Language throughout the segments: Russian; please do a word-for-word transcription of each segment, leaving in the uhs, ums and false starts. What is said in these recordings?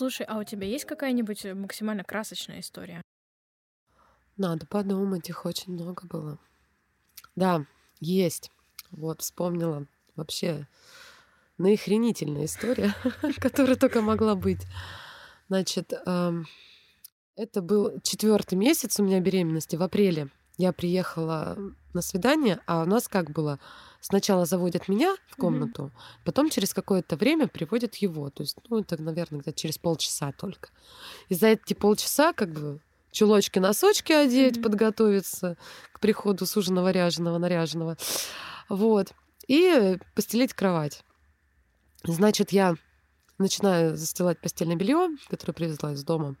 Слушай, а у тебя есть какая-нибудь э, максимально красочная история? Надо подумать, их очень много было. Да, есть. Вот, вспомнила. Вообще, наихренительная история, которая только могла быть. Значит, ам, это был четвертый месяц у меня беременности, в апреле. Я приехала на свидание, а у нас как было? Сначала заводят меня в Мгм. комнату, потом через какое-то время приводят его. То есть, ну, это, наверное, где-то через полчаса только. И за эти полчаса как бы чулочки-носочки одеть, Мгм. подготовиться к приходу суженого, ряженого, наряженного. Вот. И постелить кровать. Значит, я начинаю застилать постельное белье, которое привезла из дома.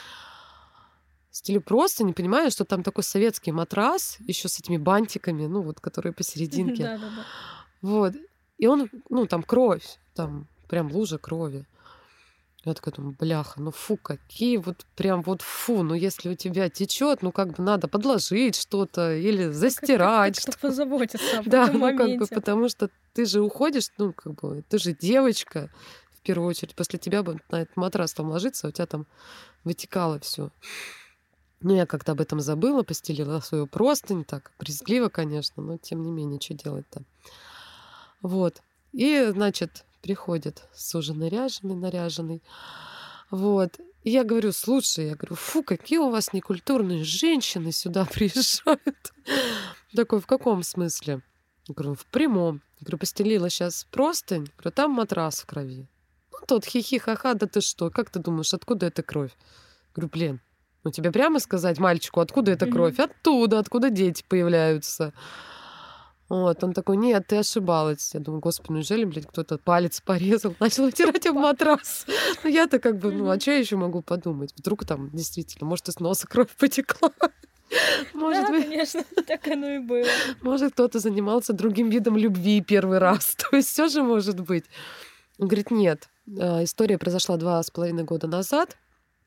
Стелю просто, не понимаю, что там такой советский матрас, еще с этими бантиками, ну вот, которые посерединке. Да-да-да. Вот. И он, ну, там кровь, там прям лужа крови. Я такая думаю, бляха, ну фу, какие вот прям вот фу, ну если у тебя течет, ну как бы надо подложить что-то или Ну, как как застирать как-то что-то. позаботиться об Да, этом ну как бы моменте. потому что ты же уходишь, ну как бы ты же девочка в первую очередь, после тебя бы на этот матрас там ложиться, а у тебя там вытекало все. Ну я как-то об этом забыла, постелила свою простынь, так брезгливо, конечно, но тем не менее, что делать-то? Вот. И, значит, приходит суженый, ряженый, наряженный. Вот. И я говорю, слушай, я говорю, фу, какие у вас некультурные женщины сюда приезжают. Такой, в каком смысле? Я говорю, в прямом. Я говорю, постелила сейчас простынь, говорю, там матрас в крови. Ну, тот хихи-ха-ха, да ты что, как ты думаешь, откуда эта кровь? Говорю, блин, ну тебе прямо сказать мальчику, откуда эта кровь? Мгм. Оттуда, откуда дети появляются. Вот, он такой, нет, ты ошибалась. Я думаю, господи, ну неужели, блядь, кто-то палец порезал, начал вытирать об Опа. матрас. Ну я-то как бы, ну а Мгм. что я еще могу подумать? Вдруг там действительно, может, из носа кровь потекла. Может Да, быть, конечно, так оно и было. может, кто-то занимался другим видом любви первый раз. То есть все же может быть. Он говорит, нет, а, история произошла два с половиной года назад.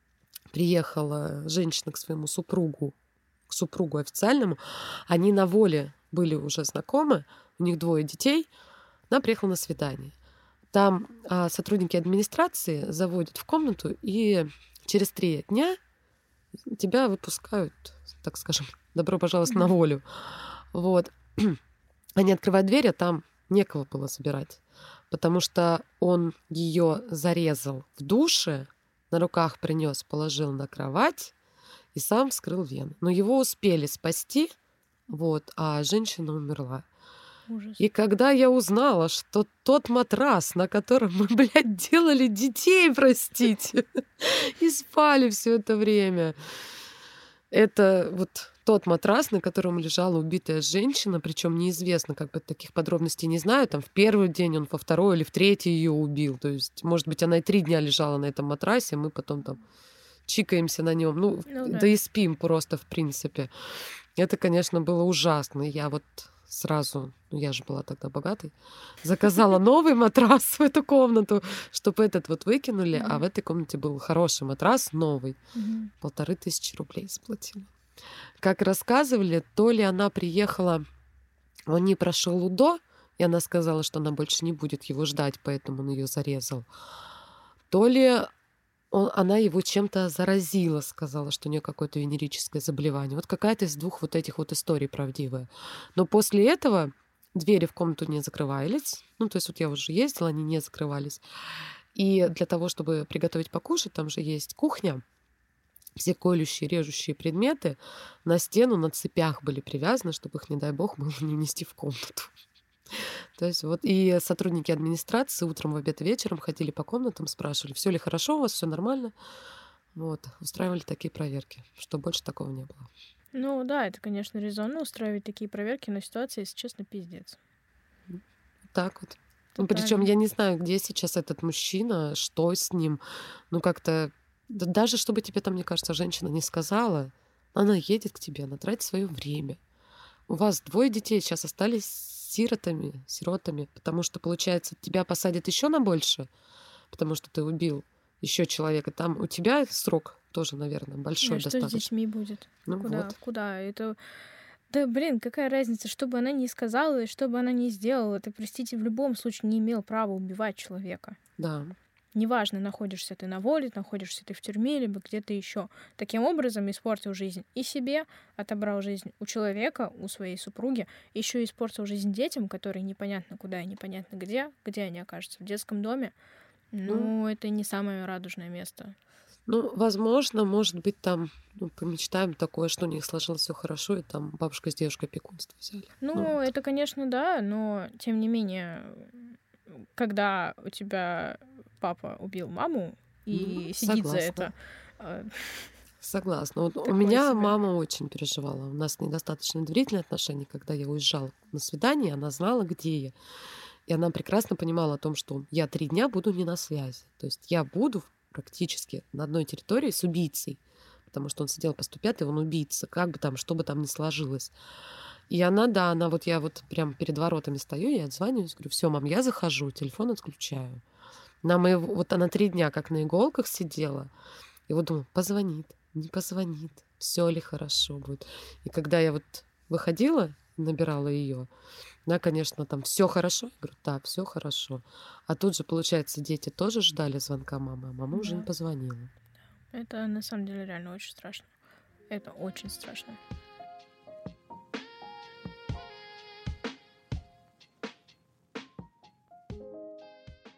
Приехала женщина к своему супругу, к супругу официальному. Они на воле были уже знакомы, у них двое детей. Она приехала на свидание. Там а, сотрудники администрации заводят в комнату, и через три дня тебя выпускают, так скажем, добро пожаловать на Мгм. волю. Вот. Они открывают дверь, а там некого было забирать, потому что он ее зарезал в душе, на руках принес, положил на кровать и сам вскрыл вены. Но его успели спасти, вот, а женщина умерла. Ужас. И когда я узнала, что тот матрас, на котором мы, блядь, делали детей, простите, и спали все это время, это вот тот матрас, на котором лежала убитая женщина, причем неизвестно, как бы таких подробностей не знаю, там в первый день он, во второй или в третий ее убил. То есть, может быть, она и три дня лежала на этом матрасе, мы потом там чикаемся на нем, ну, Ну да да. и спим просто, в принципе. Это, конечно, было ужасно. Я вот сразу, ну я же была тогда богатой, заказала новый матрас в эту комнату, чтобы этот вот выкинули, а в Мгм. этой комнате был хороший матрас, новый. Мгм. Полторы тысячи рублей заплатила. Как рассказывали, то ли она приехала, он не прошел УДО, и она сказала, что она больше не будет его ждать, поэтому он ее зарезал. То ли он, она его чем-то заразила, сказала, что у нее какое-то венерическое заболевание. Вот какая-то из двух вот этих вот историй правдивая. Но после этого двери в комнату не закрывались. Ну, то есть вот я уже ездила, они не закрывались. И для того, чтобы приготовить покушать, там же есть кухня, все колющие, режущие предметы на стену на цепях были привязаны, чтобы их, не дай бог, было не внести в комнату. То есть вот и сотрудники администрации утром, в обед и вечером ходили по комнатам, спрашивали, все ли хорошо у вас, все нормально. Вот, устраивали такие проверки, что больше такого не было. Ну да, это, конечно, резонно устраивать такие проверки, но ситуация, если честно, пиздец. М, Так вот. Ну, причем Тотально. я не знаю, где сейчас этот мужчина, что с ним. Ну, как-то да даже чтобы тебе там, мне кажется, женщина не сказала, она едет к тебе, она тратит свое время. У вас двое детей сейчас остались сиротами, сиротами, потому что, получается, тебя посадят еще на больше, потому что ты убил еще человека. Там у тебя срок тоже, наверное, большой А что с достаточно. детьми будет? Ну Куда? вот, Куда? Это... Да, блин, какая разница, что бы она ни сказала и что бы она ни сделала. Ты, простите, в любом случае не имел права убивать человека. да. Неважно, находишься ты на воле, находишься ты в тюрьме, либо где-то еще. Таким образом, испортил жизнь и себе, отобрал жизнь у человека, у своей супруги, еще и испортил жизнь детям, которые непонятно куда и непонятно где, где они окажутся, в детском доме. Ну, Ну, это не самое радужное место. ну, возможно, может быть, там, ну, помечтаем такое, что у них сложилось все хорошо, и там бабушка с дедушкой опекунство взяли. Ну, Ну, вот. это, конечно, да, но тем не менее, когда у тебя папа убил маму Ну, и сидит за согласна. это, э, Согласна. Вот у такое меня себе. мама очень переживала. У нас недостаточно доверительные отношения. Когда я уезжала на свидание, она знала, где я. И она прекрасно понимала о том, что я три дня буду не на связи. То есть я буду практически на одной территории с убийцей, потому что он сидел по сто пятой, он убийца, как бы там, что бы там ни сложилось. И она, да, она вот я вот прям перед воротами стою, я отзваниваюсь, говорю, все, мам, я захожу, телефон отключаю. На моего, вот она три дня как на иголках сидела, и вот думаю, позвонит, не позвонит, все ли хорошо будет. И когда я вот выходила, набирала ее, она, конечно, там все хорошо. Я говорю, да, все хорошо. А тут же, получается, дети тоже ждали звонка мамы, а мама уже не Да, позвонила. это на самом деле реально очень страшно. Это очень страшно.